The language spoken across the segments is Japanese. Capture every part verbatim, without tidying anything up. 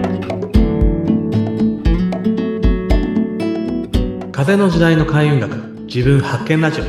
風の時代の開運学、自分発見ラジオ。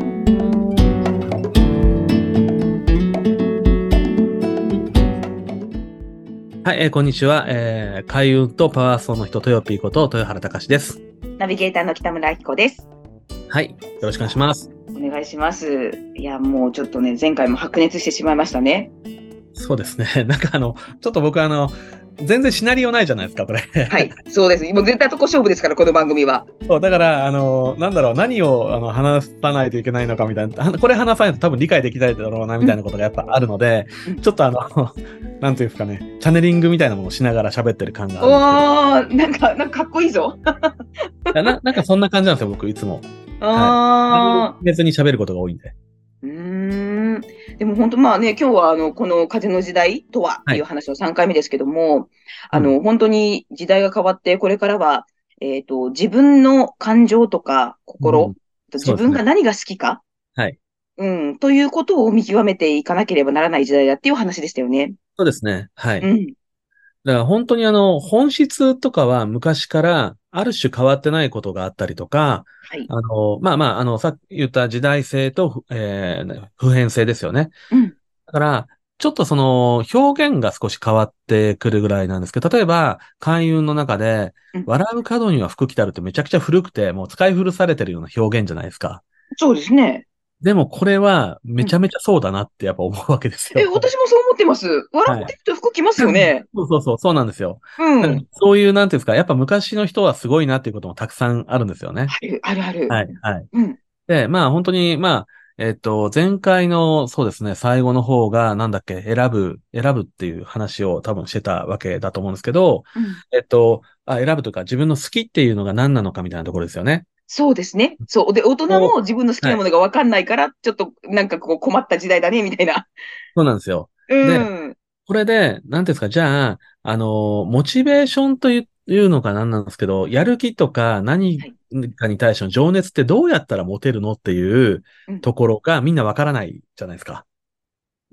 はい、えー、こんにちは、えー、開運とパワーソンの人、豊ピーこと豊原隆です。 ナビゲーターの北村明子です。 はい、よろしくお願いします。 お願いします。いや、もうちょっとね、前回も白熱してしまいましたね。 そうですね。なんかあの、ちょっと僕あの、全然シナリオないじゃないですか、これ。 はい、そうです。もう絶対とこ勝負ですから、この番組は。 そう、だから、あの、なんだろう、何をあの話さないといけないのかみたいな、これ話さないと多分理解できないだろうな、みたいなことがやっぱあるので、うん、ちょっとあの、なんていうんですかね、チャネリングみたいなものをしながら喋ってる感があるんですけど。おー、なんか、なんかかっこいいぞ。 な, なんかそんな感じなんですよ、僕、いつも。 ああ。別に喋ることが多いんで。 うーん。でも本当、まあね、今日はあの、この風の時代とはっていう話のさんかいめですけども、はい、あの、うん、本当に時代が変わって、これからは、えっと、自分の感情とか心、うん、自分が何が好きか、 はい。 うん、ということを見極めていかなければならない時代だっていう話でしたよね。 そうですね。はい。 うん。 だから本当にあの、本質とかは昔からある種変わってないことがあったりとか、はい、あの、まあまあ、あの、さっき言った時代性と、えー、普遍性ですよね。 うん。 だから、ちょっとその表現が少し変わってくるぐらいなんですけど、例えば、開運の中で、うん、笑う角には福来たるってめちゃくちゃ古くて、もう使い古されてるような表現じゃないですか。 そうですね。 でもこれはめちゃめちゃそうだなってやっぱ思うわけですよ。 え、私もそう思ってます。笑ってると服着ますよね。はい、 そうそうそう、そうなんですよ。 うん。 だからそういう、なんていうんですか、やっぱ昔の人はすごいなっていうこともたくさんあるんですよね。 ある、あるある。 はい、はい。 うん。 で、まあ本当に、まあ、えっと、前回の、そうですね、最後の方が、なんだっけ、選ぶ、選ぶっていう話を多分してたわけだと思うんですけど、うん、えっと、あ、選ぶというか自分の好きっていうのが何なのかみたいなところですよね。 そうですね。そう。で、大人も自分の好きなものが分かんないから、はい、ちょっとなんかこう困った時代だね、みたいな。 そうなんですよ。 うん。 で、これで、なんていうんですか、じゃあ、あの、モチベーションというのか何なんですけど、やる気とか何かに対しての情熱ってどうやったら持てるのっていうところがみんな分からないじゃないですか。 うん、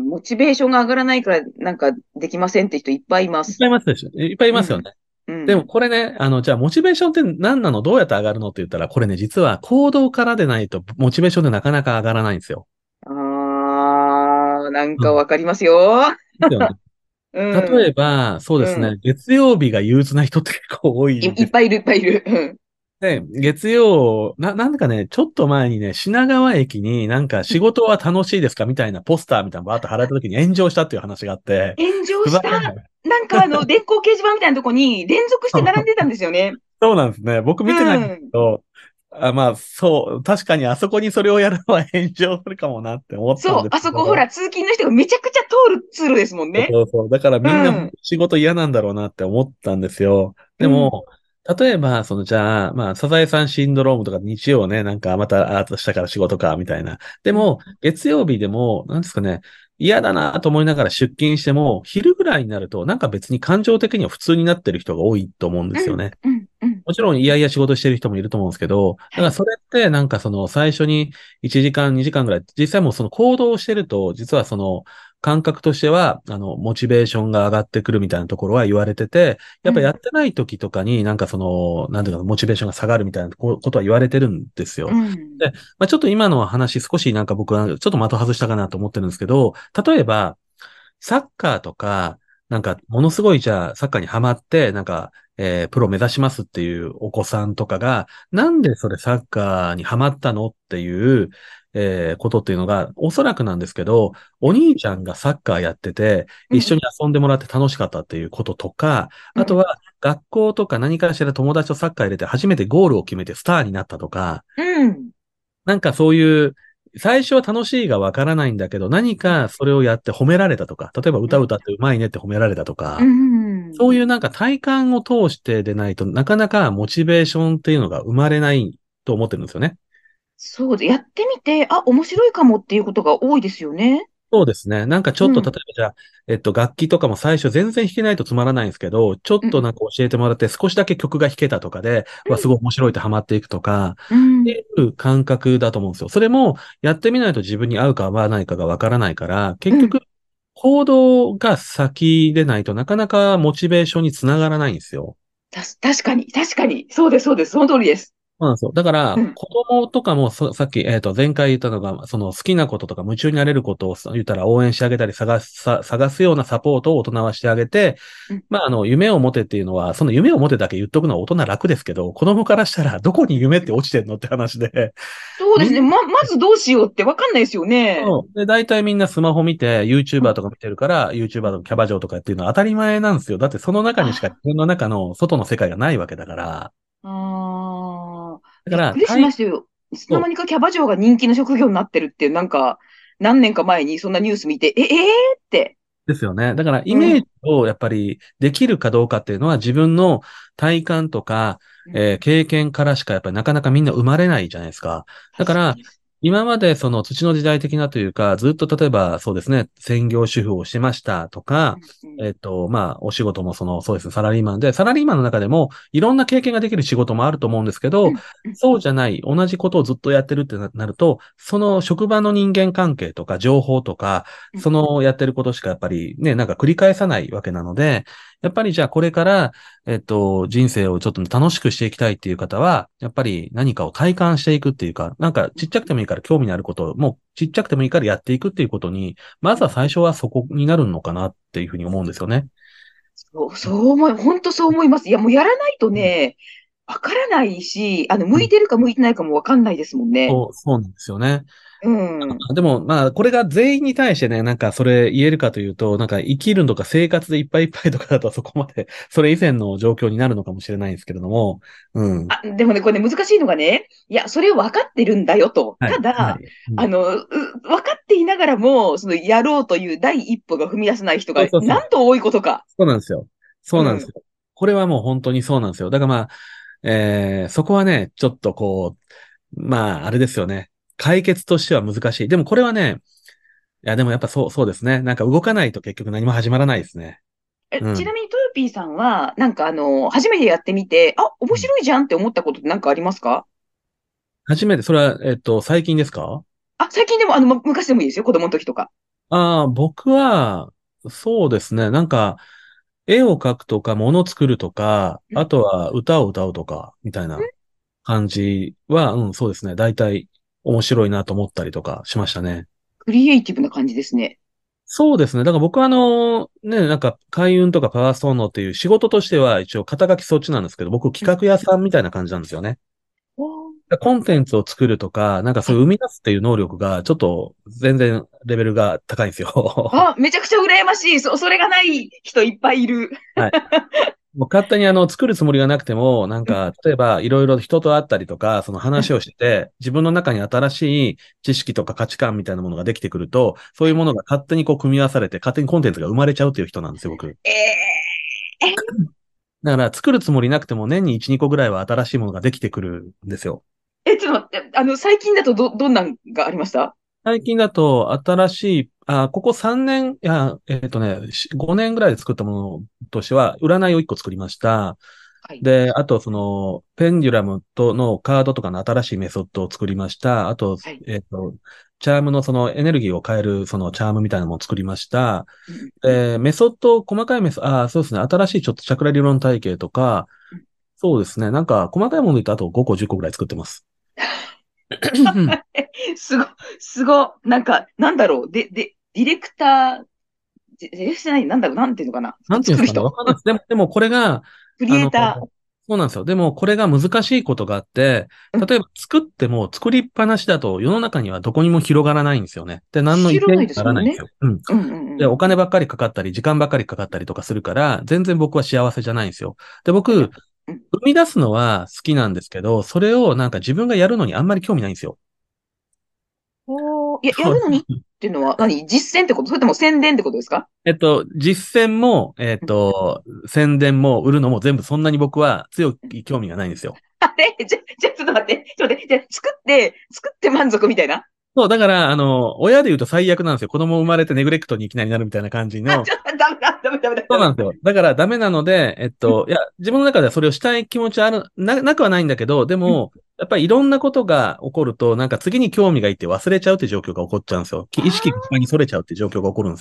モチベーションが上がらないからなんかできませんって人いっぱいいます。 いっぱいいますでしょ。いっぱいいますよね。うんうん、でもこれね、あの、じゃあモチベーションって何なのどうやって上がるのって言ったら、これね、実は行動からでないとモチベーションでなかなか上がらないんですよ。 あー、なんかわかりますよ。 ですよね。例えば、そうですね、うん、月曜日が憂鬱な人って結構多いんです。 いっぱいいる、いっぱいいる。うんで、月曜、な、なんかね、ちょっと前にね、品川駅になんか仕事は楽しいですかみたいなポスターみたいなのバーッと貼られた時に炎上したっていう話があって。 炎上したなんかあの、電光掲示板みたいなとこに連続して並んでたんですよね。 そうなんですね。僕見てないんですけど、うん、あまあ、そう、確かにあそこにそれをやるのは炎上するかもなって思ったんですけど。 そう、あそこほら、通勤の人がめちゃくちゃ通る通路ですもんね。 そうそう。だからみんな仕事嫌なんだろうなって思ったんですよ。うん、でも、例えば、その、じゃあ、まあ、サザエさんシンドロームとか日曜ね、なんかまた、あ、明日から仕事か、みたいな。でも、月曜日でも、なんですかね、嫌だなと思いながら出勤しても、昼ぐらいになると、なんか別に感情的には普通になってる人が多いと思うんですよね。 うんうん、 もちろん、いやいや仕事してる人もいると思うんですけど、だからそれって、なんかその、最初にいちじかん、にじかんぐらい、実際もうその行動をしてると、実はその、感覚としては、あの、モチベーションが上がってくるみたいなところは言われてて、やっぱやってない時とかになんかその、なんていうか、モチベーションが下がるみたいなことは言われてるんですよ。うん、で、まあ、ちょっと今の話少しなんか僕はちょっと的外したかなと思ってるんですけど、例えば、サッカーとか、なんか、ものすごいじゃあ、サッカーにハマって、なんか、えー、プロ目指しますっていうお子さんとかが、なんでそれサッカーにハマったのっていう、えー、ことっていうのが、おそらくなんですけど、お兄ちゃんがサッカーやってて、一緒に遊んでもらって楽しかったっていうこととか、あとは、学校とか何かしら友達とサッカー入れて初めてゴールを決めてスターになったとか、 うん、 なんかそういう、最初は楽しいがわからないんだけど、何かそれをやって褒められたとか、例えば歌歌ってうまいねって褒められたとか、 うん、 そういうなんか体感を通してでないとなかなかモチベーションっていうのが生まれないと思ってるんですよね。 そうで、やってみて、あ、面白いかもっていうことが多いですよね。 そうですね。なんかちょっと、例えばじゃあ、えっと、楽器とかも最初全然弾けないとつまらないんですけど、ちょっとなんか教えてもらって少しだけ曲が弾けたとかで、わ、すごい面白いってハマっていくとか、っていう感覚だと思うんですよ。それもやってみないと自分に合うか合わないかがわからないから、結局、 行動が先でないとなかなかモチベーションにつながらないんですよ。 たし、確かに、確かに。そうです、そうです。その通りです。 そうなんですよ。だから、 うん。 子供とかもそさっき、えっと、前回言ったのが、その好きなこととか夢中になれることを言ったら応援してあげたり探す、さ探すようなサポートを大人はしてあげて、 うん。 まあ、あの、夢を持てっていうのは、その夢を持てだけ言っとくのは大人楽ですけど、子供からしたらどこに夢って落ちてんのって話で、 そうですね。 みんな、 ま、まずどうしようってわかんないですよね。 そうで、大体みんなスマホ見て、 う YouTuber ん。 とか見てるから、YouTuber とかキャバ嬢とかっていうのは当たり前なんですよ。だってその中にしか自あ分の中の外の世界がないわけだから。 あー、 だから、 びっくりしま体したよ。いつの間と、 にかキャバ嬢が人気の職業になってるっていう、なんか、何年か前にそんなニュース見て、え、えーって。 ですよね。だから、イうん。 メージをやっぱりできるかどうかっていうのは自分の体感とか、 うん。 えー経験からしかやっぱりなかなかみんな生まれないじゃないですか。だから、 確かに。 今までその土の時代的なというか、ずっと例えばそうですね、専業主婦をしてましたとか、 うん。 えっと、まあ、お仕事もその、そうですね、サラリーマンで、サラリーマンの中でもいろんな経験ができる仕事もあると思うんですけど、 うん。うん。 そうじゃない、同じことをずっとやってるってななると、その職場の人間関係とか情報とか、 うん。 そのやってることしかやっぱりね、なんか繰り返さないわけなので、やっぱりじゃあこれから、えっと、人生をちょっと楽しくしていきたいっていう方は、やっぱり何かを体感していくっていうか、なんかちっちゃくてもいいから興味のあることを、もうちっちゃくてもいいからやっていくっていうことに、まずは最初はそこになるのかなっていうふうに思うんですよね。 そう、そう思い、本当そう思います。いや、もうやらないとうん。 ね、わからないし、あの、向いうん。 てるか向いてないかもわかんないですもんね。 そう、そうなんですよね。 うん。 でも、まあ、これが全員に対してね、なんかそれ言えるかというと、なんか生きるのとか生活でいっぱいいっぱいとかだとそこまで、それ以前の状況になるのかもしれないんですけれども、うん。 あ、でもね、これね、難しいのがね、いや、それを分かってるんだよと。 はい、はただ、 い。うん。 あの、う分かっていながらも、その、やろうという第一歩が踏み出せない人が、 そうそうそう。 なんと多いことか。 そうなんですよ。そうん。 うなんですよ。これはもう本当にそうなんですよ。だからまあ、えー、そこはね、ちょっとこう、まあ、あれですよね。解決としては難しい。でもこれはね、いや、でもやっぱそう、そうですね。なんか動かないと結局何も始まらないですね。 え、 うん。 ちなみに、トヨピーさんは、なんかあの、初めてやってみて、あ、面うん。 白いじゃんって思ったことってなんかありますか？ 初めて、それは、えっと、最近ですか？ あ、最近でも、あの、む昔でもいいですよ。子供の時とか。 ああー、僕は、そうですね。なんか、絵を描くとか、物作るとか、 うん。 あとは歌を歌うとか、みたいな感じは、うん、そうですね。大体面白いなと思ったりとかしましたね。 クリエイティブな感じですね。 そうですね。だから僕はあの、ね、なんか開運とかパワーストーンのっていう仕事としては一応肩書きそっちなんですけど、僕うん。 企画屋さんみたいな感じなんですよね。 おー。 コンテンツを作るとか、なんかはい。 そういう生み出すっていう能力がちょっと全然レベルが高いんですよ。 あ、めちゃくちゃ羨ましい。そ、それがない人いっぱいいる。 はい。もう勝手にあの作るつもりがなくても、なんうん。 か、例えばいろいろ人と会ったりとか、その話をしてて、自分の中に新しい知識とか価値観みたいなものができてくると、そういうものが勝手にこう組み合わされて、勝手にコンテンツが生まれちゃうっていう人なんですよ、僕。 ええ。 だから作るつもりなくても年にいち、にこぐらいは新しいものができてくるんですよ。 え、ちょっと待って、あの、最近だとど、どんなんがありました？ 最近だと新しい、あ、ここさんねん、いや、えっとね、しごねんぐらいで作ったものとしては、占いをいっこ作りました。 はい。 で、あと、その、ペンデュラムとのカードとかの新しいメソッドを作りました。あと、 はい。 えっと、チャームのそのエネルギーを変えるそのチャームみたいなのも作りました。 うん。うん。 で、メソッド、細かいメソッド、あ、そうですね。新しいちょっとチャクラ理論体系とか、 うん。 そうですね。なんか、細かいもので言うとあとごこ、じゅっこぐらい作ってます。 すご、すご、なんか、なんだろう、で、で、ディレクター、ディレクターじゃない、なんだろう、なんていうのかな。 なんていうんですかね。 作る人。 わかんないです。でも、でもこれが、 クリあの、 エイタそうなんですよ。でも、これが難しいことがあって、 ー。うん。 例えば作っても作りっぱなしだと世の中にはどこにも広がらないんですよね。で、何の意知らない見にもなですもんね。 らないんですよ。うん。 うんうんうで、 ん。 お金ばっかりかかったり、時間ばっかりかかったりとかするから、全然僕は幸せじゃないんですよ。で、僕、 あ、じゃ生あ、うん。 み出すのは好きなんですけど、それをなんか自分がやるのにあんまり興味ないんですよ。 おー、や、やそう。 るのにっていうのは、何実践ってこと？それとも宣伝ってことですか？ えっと、実践も、えっうん。 と、宣伝も売るのも全部そんなに僕は強うん。 い興味がないんですよ。 あれじゃ、じゃ、ちょっと待って、ちょっと待って、じゃあ、作って、作って満足みたいな。 そう、だから、あの、親で言うと最悪なんですよ。子供生まれてネグレクトにいきなりなるみたいな感じあ、 の。 ちょっと、ダメだ、ダメダメダメダメ。 そうなんですよ。だからダメなので、えっうん。 と、いや、自分の中ではそれをしたい気持ちはある、な、なくはないんだけど、でうん。 も、やっぱりいろんなことが起こると、なんか次に興味がいって忘れちゃうって状況が起こっちゃうんですよ。き意識が他あにそれちゃうって状況が起こるんですよ。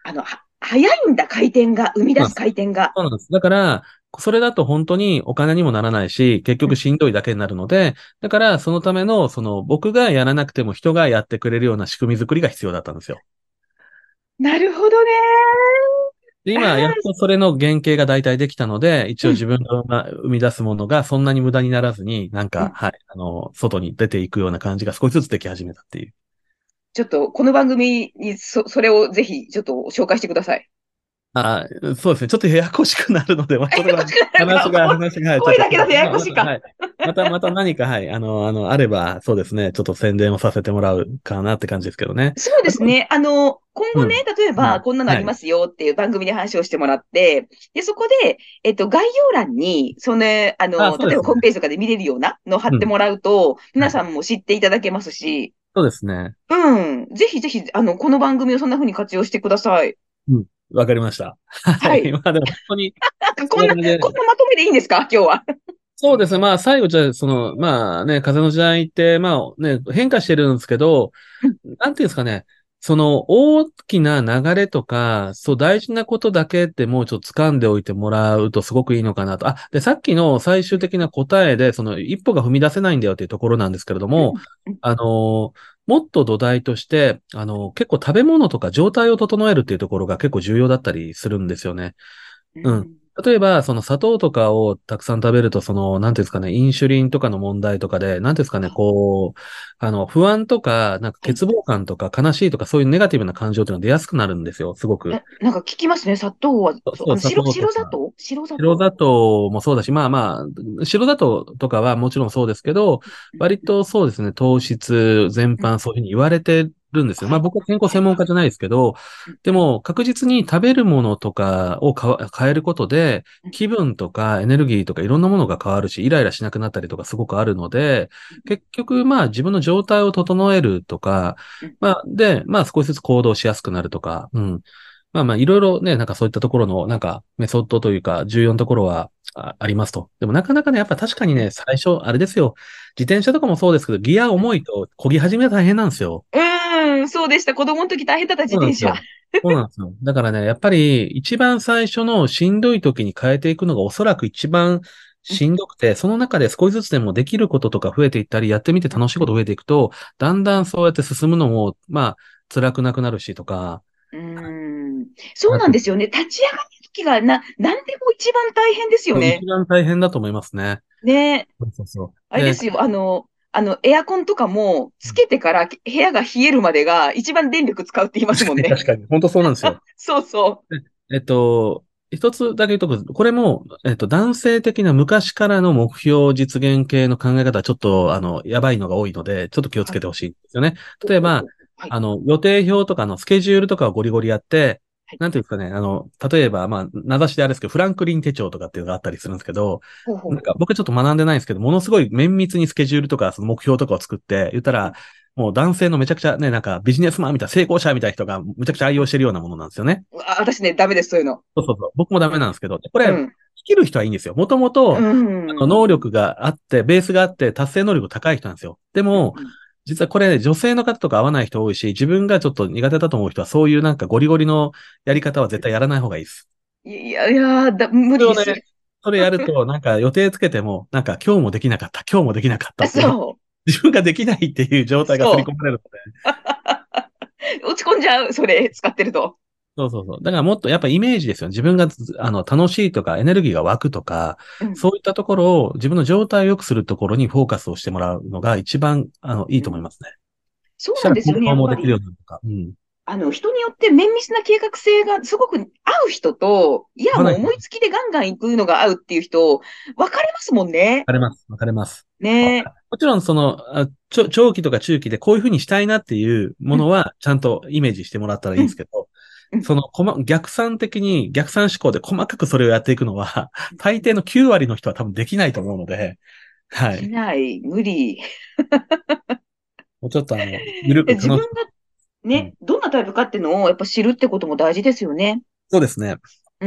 あの、は、早いんだ、回転が、生み出すそうなんです。 回転が。 そうなんです。だから、それだと本当にお金にもならないし、結局うん、 しんどいだけになるので、だからそのための、その僕がやらなくても人がやってくれるような仕組み作りが必要だったんですよ。 なるほどね。 で、 あ今、やっとそれの原型が大体できたので、一ー、うん、 応自分が生み出すものがそんなに無駄にならずに、なんか、 うん。 はい、あの、外に出ていくような感じが少しずつでき始めたっていう。 ちょっと、この番組にそ、それをぜひ、ちょっと紹介してください。 あ、そうですね。ちょっとややこしくなるので、まあ、それはややこしくないか、 話が、 こ話が、はい、ちょっと、 声だけだとややまあ、また、 こしいか。 はい。また、また何か、はい、あの、あの、あれば、そうですね。ちょっと宣伝をさせてもらうかなって感じですけどね。 そうですね。あの、今後ね、 うん。 例えば、 うん。 こんなのあはい。 りますよっていう番組で話をしてもらって、で、そこで、えっと、概要欄に、その、ああ、 の、例えばそうですね。 ホームページとかで見れるようなのを貼っうん。 てもらうと、 はい。 皆さんも知っていただけますし、 そうですね。 うん。ぜひぜひ、あの、この番組をそんな風に活用してください。 うん。わかりました。はい。 はい。 まあ、でも本当に、 なんか、こんな、 そんな感じで、 こんなまとめでいいんですか今日は？ そうですね。まあ、最後じゃあ、その、まあね、風の時代って、まあね、変化してるんですけど、 うん、 なんていうんですかね、その大きな流れとか、そう大事なことだけってもうちょっと掴んでおいてもらうとすごくいいのかなと。あ、で、さっきの最うん、 終的な答えで、その一歩が踏み出せないんだよっていうところなんですけれども、 うん、うん、 あの、もっと土台として、あの、結構食べ物とか状態を整えるっていうところが結構重要だったりするんですよね。うん。 うん、 例えば、その砂糖とかをたくさん食べると、その、なんていうんですかね、インシュリンとかの問題とかで、なんていうんですかね、 あ、 こう、あの、不安とか、なんかはい。 欠乏感とか悲しいとか、そういうネガティブな感情っていうのが出やすくなるんですよ、すごく。 え、なんか聞きますね。砂糖は、そう、 そう、 あの、 砂白、 糖とか。 白砂糖白砂糖。 白砂糖もそうだし、まあまあ、白砂糖とかはもちろんそうですけど、 うん、 割とそうですね、糖質全うん、 般そういうふうに言われてるんですよ。 はい、 まあ僕は健康はい、はい。 専門家じゃないですけど、 うん、 でも確実に食べるものとかをかわ変えることで、 うん、 気分とかエネルギーとかいろんなものが変わるし、イライラしなくなったりとかすごくあるので、 うん、 結局まあ自分の状態を整えるとか、 うん。 まあで、まあ少しずつ行動しやすくなるとか、うん。まあまあ、いろいろね、なんかそういったところの、なんか、メソッドというか、重要なところはあ、ありますと。でもなかなかね、やっぱ確かにね、最初、あれですよ。自転車とかもそうですけど、ギア重いと、漕ぎ始めは大変なんですよ。 うーん、そうでした。子供の時大変だった自転車。 そうなんですよ。そうなんですよ。だからね、やっぱり、一番最初のしんどい時に変えていくのがおそらく一番うん、 しんどくて、その中で少しずつでもできることとか増えていったり、やってみてうん、 楽しいこと増えていくと、だんだんそうやって進むのも、まあ、辛くなくなるしとか、 うーん。そうなっていくなんですよね。立ち上がる時がな、なんでも一番大変ですよとね。 一番大変だと思いますね。 ね。 そうそうそう。で、 あれですよ。あの、あの、エアコンとかもつうん、 けてから部屋が冷えるまでが一番電力使うって言います確かにもんね。 確かに。本当そうなんですよ。 そうそでえっと、一つだけ言うと、これも、えっと、男性的な昔からの目標実現系の考え方はちょっと、あの、やばいのが多いので、ちょっと気をう。はい。 つけてほしいんですよね。 ほう例えば、 ほうほう。はい。 あの、予定表とかのスケジュールとかをゴリゴリやって、 はい。 なんていうんですかね、あの、例えば、まあ、名指しであれですけど、フランクリン手帳とかっていうのがあったりするんですけど、 ほうほうほう。 なんか僕ちょっと学んでないんですけど、ものすごい綿密にスケジュールとか、その目標とかを作って、言ったら、もう男性のめちゃくちゃね、なんかビジネスマンみたいな成功者みたいな人がむちゃくちゃ愛用してるようなものなんですよね。 あ、私ね、ダメです、そういうの。 そうそうそう。僕もダうん。 メなんですけど、これ、 うん。 生きる人はいいんですよ。もともうと、あの、能ん。 力があって、ベースがあって、達成能力高い人なんですよ。でも、 うん。 実はこれ、女性の方とか合わない人多いし、自分がちょっと苦手だと思う人は、そういうなんかゴリゴリのやり方は絶対やらない方がいいです。 いやいや、だ、無理です、そそれをね、 れ。 それやると、なんか予定つけても、なんか今日もできなかった、今日もできなかったっていう、 そ自分ができないっていう状う。 態が刷りそ込まれるので、 う。落ち込んじゃう、それ、使ってると。 そうそうそう。だからもっとやっぱイメージですよ。自分がずあの楽しいとかエネルギーが湧くとか、 うん。 そういったところを自分の状態を良くするところにフォーカスをしてもらうのが一番あのいいうん。 と思いますね。 そうしたら行なんですよね、や動もできるようっぱり。 になるとか。うん。 あの、人によって綿密な計画性がすごく合う人と、いや、 合わない人ももう思いつきでガンガン行くのが合うっていう人、分かれますもんね。 分かれます。分かれます。 ね。 もちろんその、あちょ長期とか中期でこういうふうにしたいなっていうもうん、 のはちゃんとイメージしてもらったらいいうん、 んですけど、 うん。 その、こま、逆算的に、逆算思考で細かくそれをやっていくのは、大抵のきゅう割の人は多分できないと思うので、 できはい。 ない、無理。 もうちょっとあの、ゆるく自分が楽しく。うね、 ん。 どんなタイプかっていうのをやっぱ知るってことも大事ですよね。 そうですね。 うん。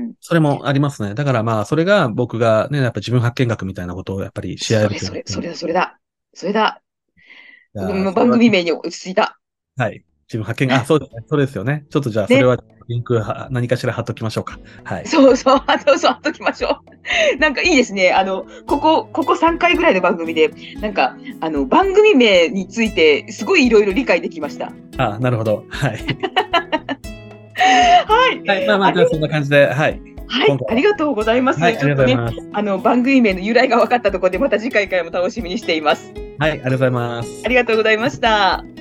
それもありますね。だからまあ、それが僕がね、やっぱ自分発見学みたいなことをやっぱりシェアそれそれ、 やるという。うん。いそれだ、それだ。それだ。 やー、 もうそれは、 番組名に落ち着いた。 はい。 自分発見が、あ、そうですね。それですよね。ちょっとじゃあ、それね。 はリンクは何かしら貼っときましょうか。はい。 そうそう、あと、そう、あっときましょう。なんかいいですね。あの、ここ、ここさんかいぐらいの番組で、なんか、あの、番組名について、すごいいろいろ理解できました。 あ、なるほど。はい。 はい。 はい。まあまあ、じゃああり、 そんな感じで、はい。 はい、 今回ありがとうございます。 は、はい、ありがとちょっとね、 うございます。 あの、番組名の由来が分かったところで、また次回からも楽しみにしています。 はい、ありがとうございます。 ありがとうございました。